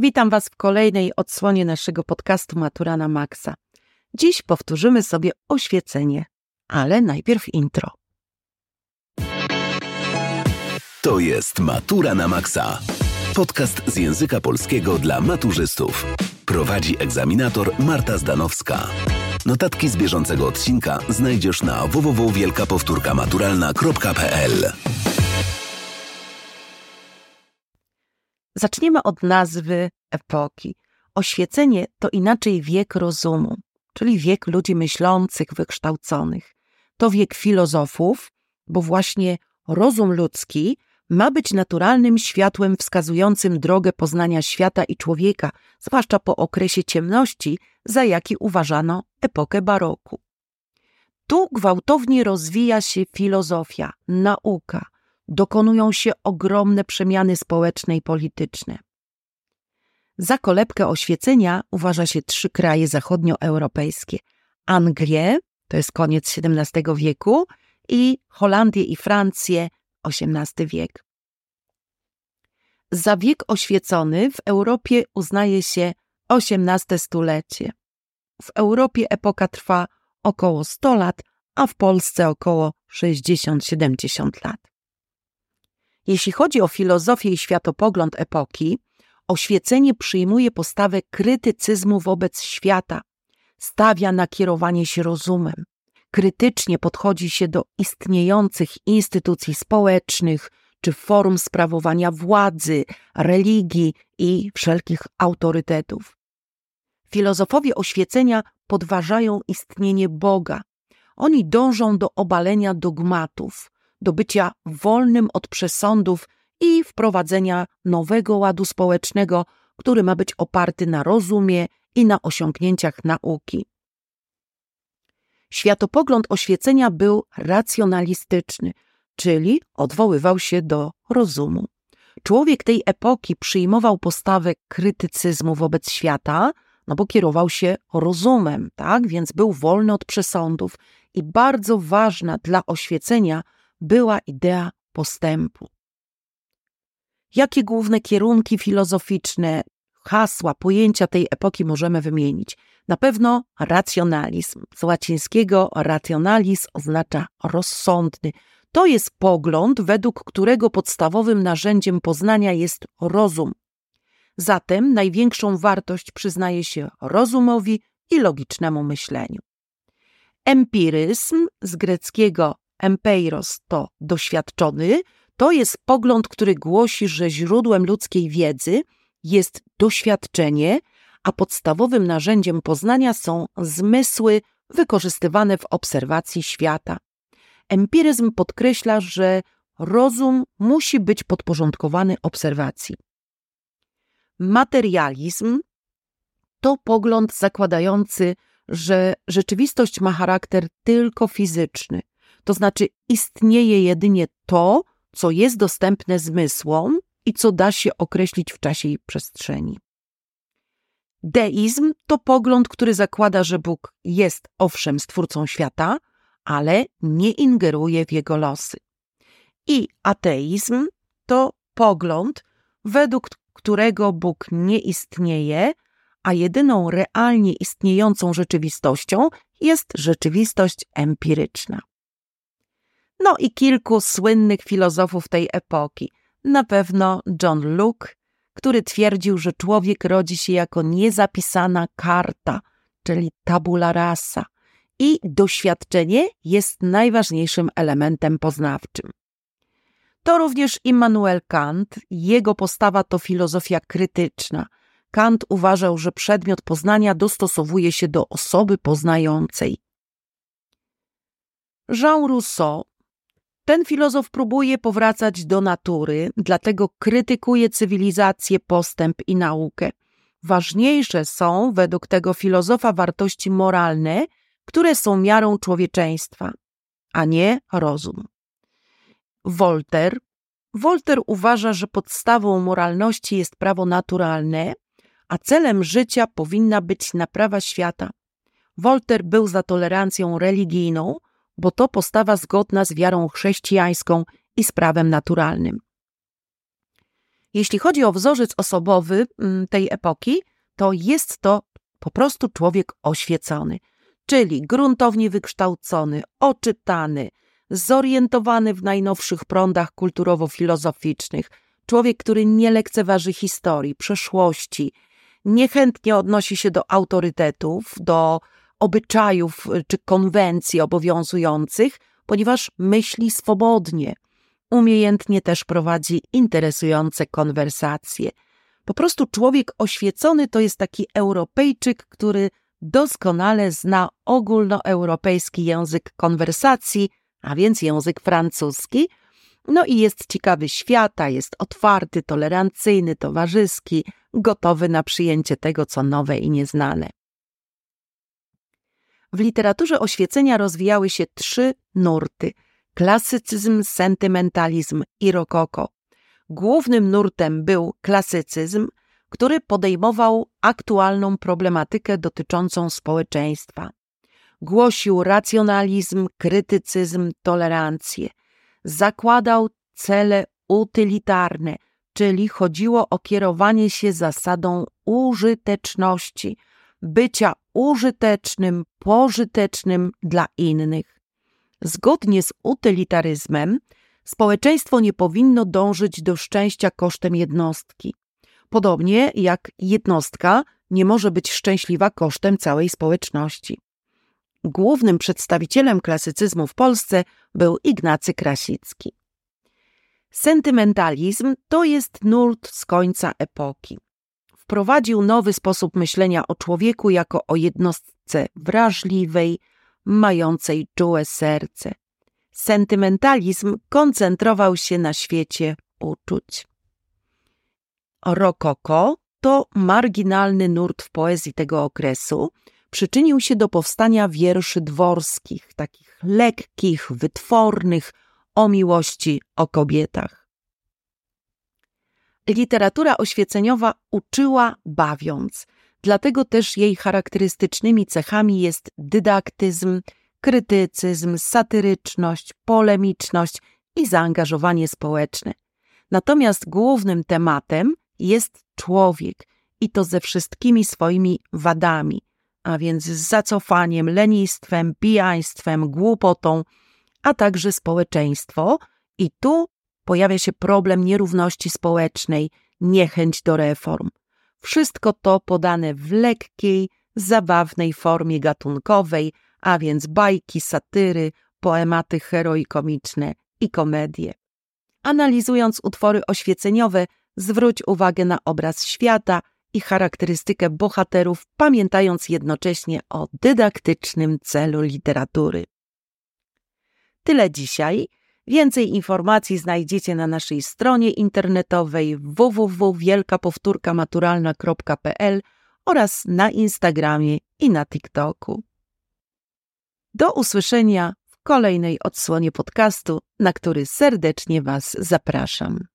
Witam Was w kolejnej odsłonie naszego podcastu Matura na Maksa. Dziś powtórzymy sobie oświecenie, ale najpierw intro. To jest Matura na Maksa. Podcast z języka polskiego dla maturzystów. Prowadzi egzaminator Marta Zdanowska. Notatki z bieżącego odcinka znajdziesz na www.wielkapowtórkamaturalna.pl. Zaczniemy od nazwy epoki. Oświecenie to inaczej wiek rozumu, czyli wiek ludzi myślących, wykształconych. To wiek filozofów, bo właśnie rozum ludzki ma być naturalnym światłem wskazującym drogę poznania świata i człowieka, zwłaszcza po okresie ciemności, za jaki uważano epokę baroku. Tu gwałtownie rozwija się filozofia, nauka, dokonują się ogromne przemiany społeczne i polityczne. Za kolebkę oświecenia uważa się 3 kraje zachodnioeuropejskie. Anglię, to jest koniec XVII wieku, i Holandię i Francję, XVIII wiek. Za wiek oświecony w Europie uznaje się XVIII stulecie. W Europie epoka trwa około 100 lat, a w Polsce około 60-70 lat. Jeśli chodzi o filozofię i światopogląd epoki, oświecenie przyjmuje postawę krytycyzmu wobec świata, stawia na kierowanie się rozumem, krytycznie podchodzi się do istniejących instytucji społecznych czy form sprawowania władzy, religii i wszelkich autorytetów. Filozofowie oświecenia podważają istnienie Boga. Oni dążą do obalenia dogmatów, do bycia wolnym od przesądów i wprowadzenia nowego ładu społecznego, który ma być oparty na rozumie i na osiągnięciach nauki. Światopogląd oświecenia był racjonalistyczny, czyli odwoływał się do rozumu. Człowiek tej epoki przyjmował postawę krytycyzmu wobec świata, bo kierował się rozumem, tak? Więc był wolny od przesądów i bardzo ważna dla oświecenia była idea postępu. Jakie główne kierunki filozoficzne, hasła, pojęcia tej epoki możemy wymienić? Na pewno racjonalizm. Z łacińskiego rationalis oznacza rozsądny. To jest pogląd, według którego podstawowym narzędziem poznania jest rozum. Zatem największą wartość przyznaje się rozumowi i logicznemu myśleniu. Empiryzm, z greckiego empeiros to doświadczony, to jest pogląd, który głosi, że źródłem ludzkiej wiedzy jest doświadczenie, a podstawowym narzędziem poznania są zmysły wykorzystywane w obserwacji świata. Empiryzm podkreśla, że rozum musi być podporządkowany obserwacji. Materializm to pogląd zakładający, że rzeczywistość ma charakter tylko fizyczny, to znaczy istnieje jedynie to, co jest dostępne zmysłom i co da się określić w czasie i przestrzeni. Deizm to pogląd, który zakłada, że Bóg jest owszem stwórcą świata, ale nie ingeruje w jego losy. I ateizm to pogląd, według którego Bóg nie istnieje, a jedyną realnie istniejącą rzeczywistością jest rzeczywistość empiryczna. No i kilku słynnych filozofów tej epoki. Na pewno John Locke, który twierdził, że człowiek rodzi się jako niezapisana karta, czyli tabula rasa, i doświadczenie jest najważniejszym elementem poznawczym. To również Immanuel Kant, jego postawa to filozofia krytyczna. Kant uważał, że przedmiot poznania dostosowuje się do osoby poznającej. Jean Rousseau, ten filozof próbuje powracać do natury, dlatego krytykuje cywilizację, postęp i naukę. Ważniejsze są, według tego filozofa, wartości moralne, które są miarą człowieczeństwa, a nie rozum. Voltaire uważa, że podstawą moralności jest prawo naturalne, a celem życia powinna być naprawa świata. Voltaire był za tolerancją religijną, bo to postawa zgodna z wiarą chrześcijańską i z prawem naturalnym. Jeśli chodzi o wzorzec osobowy tej epoki, to jest to po prostu człowiek oświecony, czyli gruntownie wykształcony, oczytany, zorientowany w najnowszych prądach kulturowo-filozoficznych, człowiek, który nie lekceważy historii, przeszłości, niechętnie odnosi się do autorytetów, do obyczajów czy konwencji obowiązujących, ponieważ myśli swobodnie. Umiejętnie też prowadzi interesujące konwersacje. Po prostu człowiek oświecony to jest taki Europejczyk, który doskonale zna ogólnoeuropejski język konwersacji, a więc język francuski, no i jest ciekawy świata, jest otwarty, tolerancyjny, towarzyski, gotowy na przyjęcie tego, co nowe i nieznane. W literaturze oświecenia rozwijały się 3 nurty: klasycyzm, sentymentalizm i rokoko. Głównym nurtem był klasycyzm, który podejmował aktualną problematykę dotyczącą społeczeństwa. Głosił racjonalizm, krytycyzm, tolerancję. Zakładał cele utylitarne, czyli chodziło o kierowanie się zasadą użyteczności, bycia użytecznym, pożytecznym dla innych. Zgodnie z utylitaryzmem społeczeństwo nie powinno dążyć do szczęścia kosztem jednostki. Podobnie jak jednostka nie może być szczęśliwa kosztem całej społeczności. Głównym przedstawicielem klasycyzmu w Polsce był Ignacy Krasicki. Sentymentalizm to jest nurt z końca epoki. Wprowadził nowy sposób myślenia o człowieku jako o jednostce wrażliwej, mającej czułe serce. Sentymentalizm koncentrował się na świecie uczuć. Rokoko to marginalny nurt w poezji tego okresu. Przyczynił się do powstania wierszy dworskich, takich lekkich, wytwornych, o miłości, o kobietach. Literatura oświeceniowa uczyła bawiąc, dlatego też jej charakterystycznymi cechami jest dydaktyzm, krytycyzm, satyryczność, polemiczność i zaangażowanie społeczne. Natomiast głównym tematem jest człowiek i to ze wszystkimi swoimi wadami, a więc z zacofaniem, lenistwem, pijaństwem, głupotą, a także społeczeństwo. I tu pojawia się problem nierówności społecznej, niechęć do reform. Wszystko to podane w lekkiej, zabawnej formie gatunkowej, a więc bajki, satyry, poematy heroikomiczne i komedie. Analizując utwory oświeceniowe, zwróć uwagę na obraz świata i charakterystykę bohaterów, pamiętając jednocześnie o dydaktycznym celu literatury. Tyle dzisiaj. Więcej informacji znajdziecie na naszej stronie internetowej www.wielkapowtórkamaturalna.pl oraz na Instagramie i na TikToku. Do usłyszenia w kolejnej odsłonie podcastu, na który serdecznie Was zapraszam.